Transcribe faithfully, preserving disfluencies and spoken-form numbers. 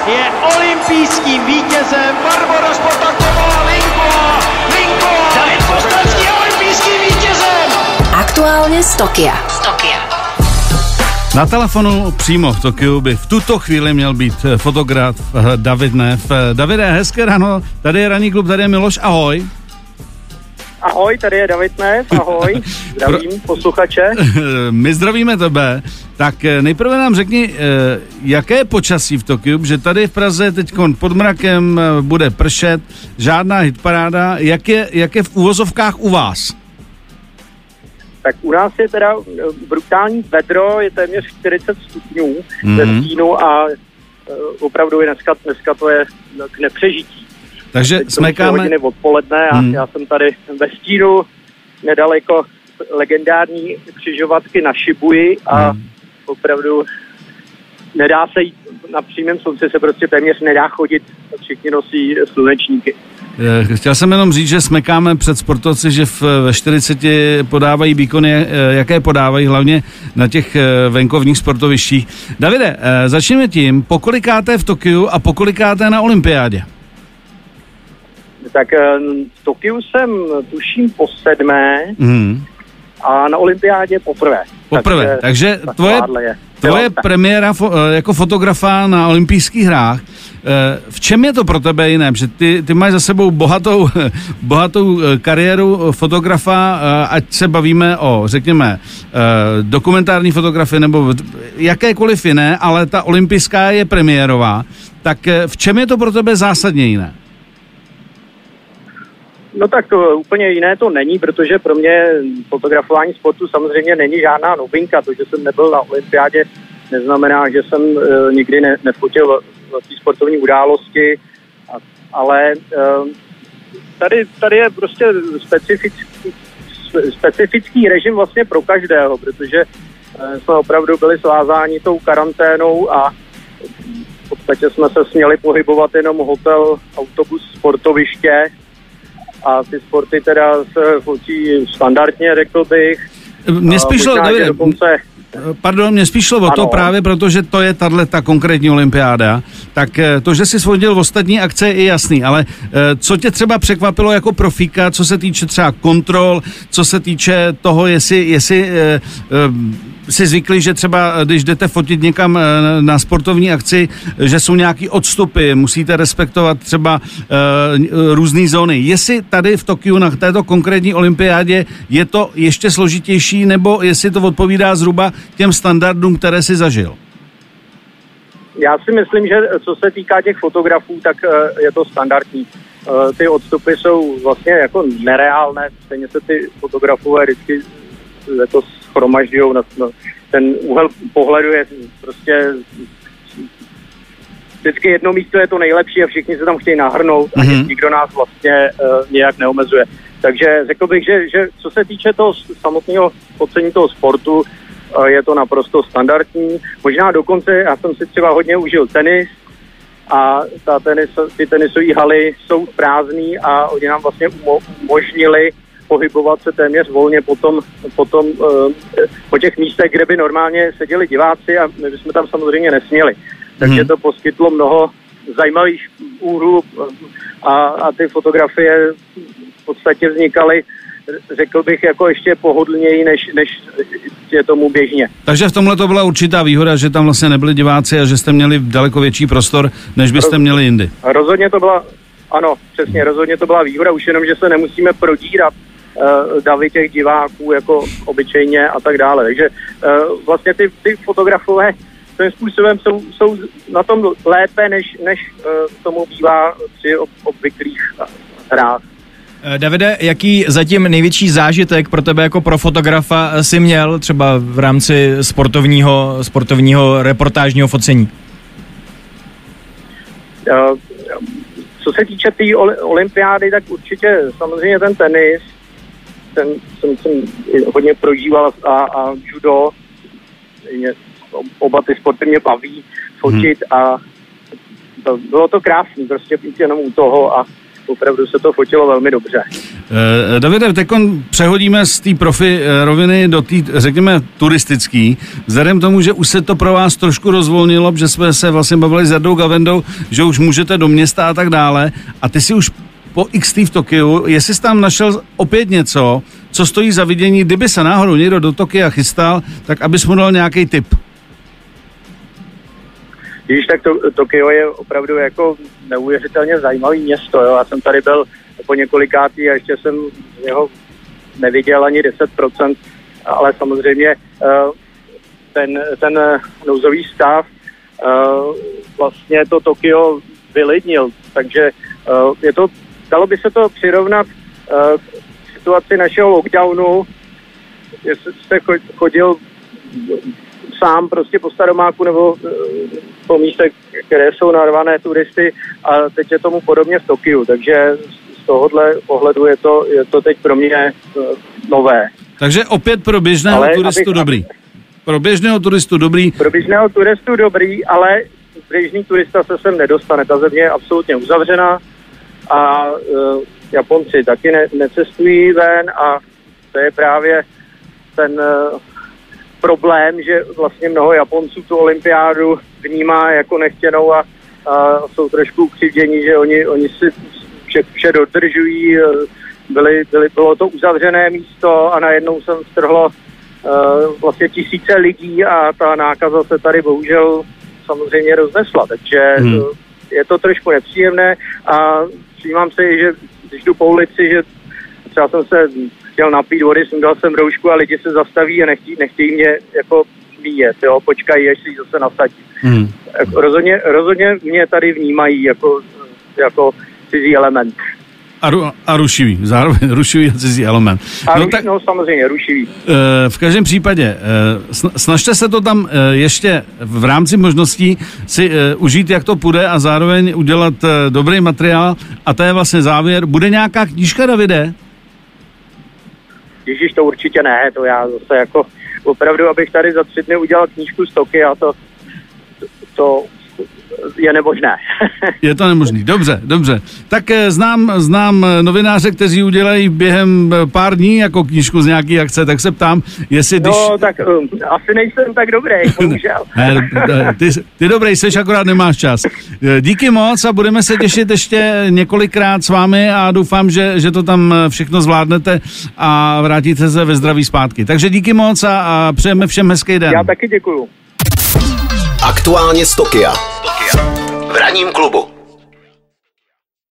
je olympijským vítězem. Barbora Spotaková, Linková, Linková, David Kostrovský je olympijským vítězem. Aktuálně z Tokia. Z Tokia. Na telefonu přímo v Tokiu by v tuto chvíli měl být fotograf David Neff. Davide, hezké ráno, tady je Ranní klub, tady je Miloš, ahoj. Ahoj, tady je David Neff, ahoj, zdravím posluchače. My zdravíme tebe. Tak nejprve nám řekni, jaké je počasí v Tokiu, že tady v Praze teď pod mrakem bude pršet, žádná hitparáda, jak je, jak je v uvozovkách u vás? Tak u nás je teda brutální vedro, je téměř čtyřicet stupňů mm-hmm. ve stínu a opravdu je dneska, dneska to je k nepřežití. Takže teď smekáme... hodiny odpoledne a mm. já jsem tady ve stínu nedaleko legendární křižovatky na Šibuji a mm. opravdu nedá se jít, na přímém slunci se prostě téměř nedá chodit, všichni nosí slunečníky. Chtěl jsem jenom říct, že smekáme před sportovci, že v, ve čtyřiceti podávají výkony, jaké podávají, hlavně na těch venkovních sportovištích. Davide, začněme tím, pokolikáte v Tokiu a pokolikáte na olympiádě? Tak v Tokiu jsem tuším po sedmé hmm. a na olympiádě poprvé. Poprvé, takže, takže tvoje, tvoje premiéra fo, jako fotografa na olympijských hrách. V čem je to pro tebe jiné? Protože ty, ty máš za sebou bohatou, bohatou kariéru fotografa, ať se bavíme o, řekněme, dokumentární fotografii nebo jakékoliv jiné, ale ta olympijská je premiérová. Tak v čem je to pro tebe zásadně jiné? No tak uh, úplně jiné to není, protože pro mě fotografování sportu samozřejmě není žádná novinka. To, že jsem nebyl na olympiádě, neznamená, že jsem uh, nikdy ne, nefotil velké sportovní události, a, ale uh, tady, tady je prostě specifický, specifický režim vlastně pro každého, protože uh, jsme opravdu byli svázáni tou karanténou a v podstatě jsme se směli pohybovat jenom hotel, autobus, sportoviště. A ty sporty teda se fotí standardně, řekl bych. Mně spíš šlo, Davide, dokonce... pardon, mě spíš šlo o to právě, protože to je tahle ta konkrétní olympiáda, tak to, že jsi svodil v ostatní akce, je jasný, ale co tě třeba překvapilo jako profíka, co se týče třeba kontrol, co se týče toho, jestli, jestli eh, eh, si zvykli, že třeba, když jdete fotit někam na sportovní akci, že jsou nějaký odstupy, musíte respektovat třeba uh, různé zóny. Jestli tady v Tokiu na této konkrétní olympiádě je to ještě složitější, nebo jestli to odpovídá zhruba těm standardům, které si zažil? Já si myslím, že co se týká těch fotografů, tak uh, je to standardní. Uh, ty odstupy jsou vlastně jako nereálné, stejně se ty fotografové vždycky jako shromažďujou, na, na ten úhel pohledu je prostě vždycky jedno místo je to nejlepší a všichni se tam chtějí nahrnout mm-hmm. a nikdo nás vlastně uh, nějak neomezuje. Takže řekl bych, že, že co se týče toho samotného focení toho sportu, uh, je to naprosto standardní. Možná dokonce, já jsem si třeba hodně užil tenis a ta tenis, ty tenisové haly jsou prázdný a oni nám vlastně umožnili pohybovat se téměř volně potom, potom uh, po těch místech, kde by normálně seděli diváci a my bychom tam samozřejmě nesměli. Takže hmm. to poskytlo mnoho zajímavých úhlů a, a ty fotografie v podstatě vznikaly, řekl bych, jako ještě pohodlněji, než, než je tomu běžně. Takže v tomhle to byla určitá výhoda, že tam vlastně nebyli diváci a že jste měli daleko větší prostor, než byste Roz, měli jindy. Rozhodně to byla, ano, přesně, rozhodně to byla výhoda, už jenom, že se nemusíme prodírat uh, davy těch diváků jako obyčejně a tak dále. Takže uh, vlastně ty, ty fotografové tím způsobem jsou, jsou na tom lépe, než, než uh, tomu bývá při ob, obvyklých hrách. Davide, jaký zatím největší zážitek pro tebe jako pro fotografa jsi měl třeba v rámci sportovního, sportovního reportážního focení? Uh, co se týče té tý olympiády, tak určitě samozřejmě ten tenis, ten jsem, jsem hodně prožíval a, a judo, oba ty sporty mě baví fotit hmm. a to, bylo to krásný, prostě být jenom u toho a opravdu se to fotilo velmi dobře. Uh, Davide, teď přehodíme z té profi roviny do té, řekněme, turistický. Vzhledem k tomu, že už se to pro vás trošku rozvolnilo, že jsme se vlastně bavili s Jardou Gavendou, že už můžete do města a tak dále. A ty si už po X T v Tokiu, jestli jsi tam našel opět něco, co stojí za vidění, kdyby se náhodou někdo do Tokia chystal, tak abys mu dal nějaký tip. Když tak to, Tokio je opravdu jako neuvěřitelně zajímavý město. Jo. Já jsem tady byl po několikátý a ještě jsem z něho neviděl ani deset procent, ale samozřejmě ten, ten nouzový stav vlastně to Tokio vylidnil, takže je to, dalo by se to přirovnat k situaci našeho lockdownu, jestli jste chodil sám prostě po Staromáku nebo po místech, které jsou narvané turisty, a teď je tomu podobně v Tokiu, takže z tohohle pohledu je to, je to teď pro mě nové. Takže opět pro běžného ale turistu abych, dobrý. Pro běžného turistu dobrý. Pro běžného turistu dobrý, ale běžný turista se sem nedostane. Ta země je absolutně uzavřená a uh, Japonci taky ne, necestují ven a to je právě ten uh, problém, že vlastně mnoho Japonců tu olympiádu vnímá jako nechtěnou a, a jsou trošku ukřivdění, že oni, oni si vše, vše dodržují. Byly, byly, bylo to uzavřené místo a najednou jsem strhlo uh, vlastně tisíce lidí a ta nákaza se tady bohužel samozřejmě roznesla, takže hmm. je to trošku nepříjemné a všímám si, že když jdu po ulici, že třeba jsem se chtěl napít vody, sundal jsem roušku a lidi se zastaví a nechtějí, nechtějí mě jako míjet, jo, počkají, až si ji zase nasadí. Hmm. Rozhodně, rozhodně mě tady vnímají jako, jako cizí element. A, ru, a rušivý, zároveň rušivý a cizí element. A no, ruš, tak, no samozřejmě, rušivý. V každém případě, snažte se to tam ještě v rámci možností si užít, jak to půjde a zároveň udělat dobrý materiál a to je vlastně závěr. Bude nějaká knížka, Davide? Ježíš, to určitě ne, to já zase jako opravdu, abych tady za tři dny udělal knížku z Tokia, to, to, to je nemožné. Je to nemožný, dobře, dobře. Tak znám, znám novináře, kteří udělají během pár dní jako knížku z nějaký akce, tak se ptám, jestli když... No, tak um, asi nejsem tak dobrý, bohužel. ne, ty, ty dobrý seš, akorát nemáš čas. Díky moc a budeme se těšit ještě několikrát s vámi a doufám, že, že to tam všechno zvládnete a vrátíte se ve zdraví zpátky. Takže díky moc a, a přejeme všem hezký den. Já taky děkuju. Aktuálně z Tokia. V ranním klubu.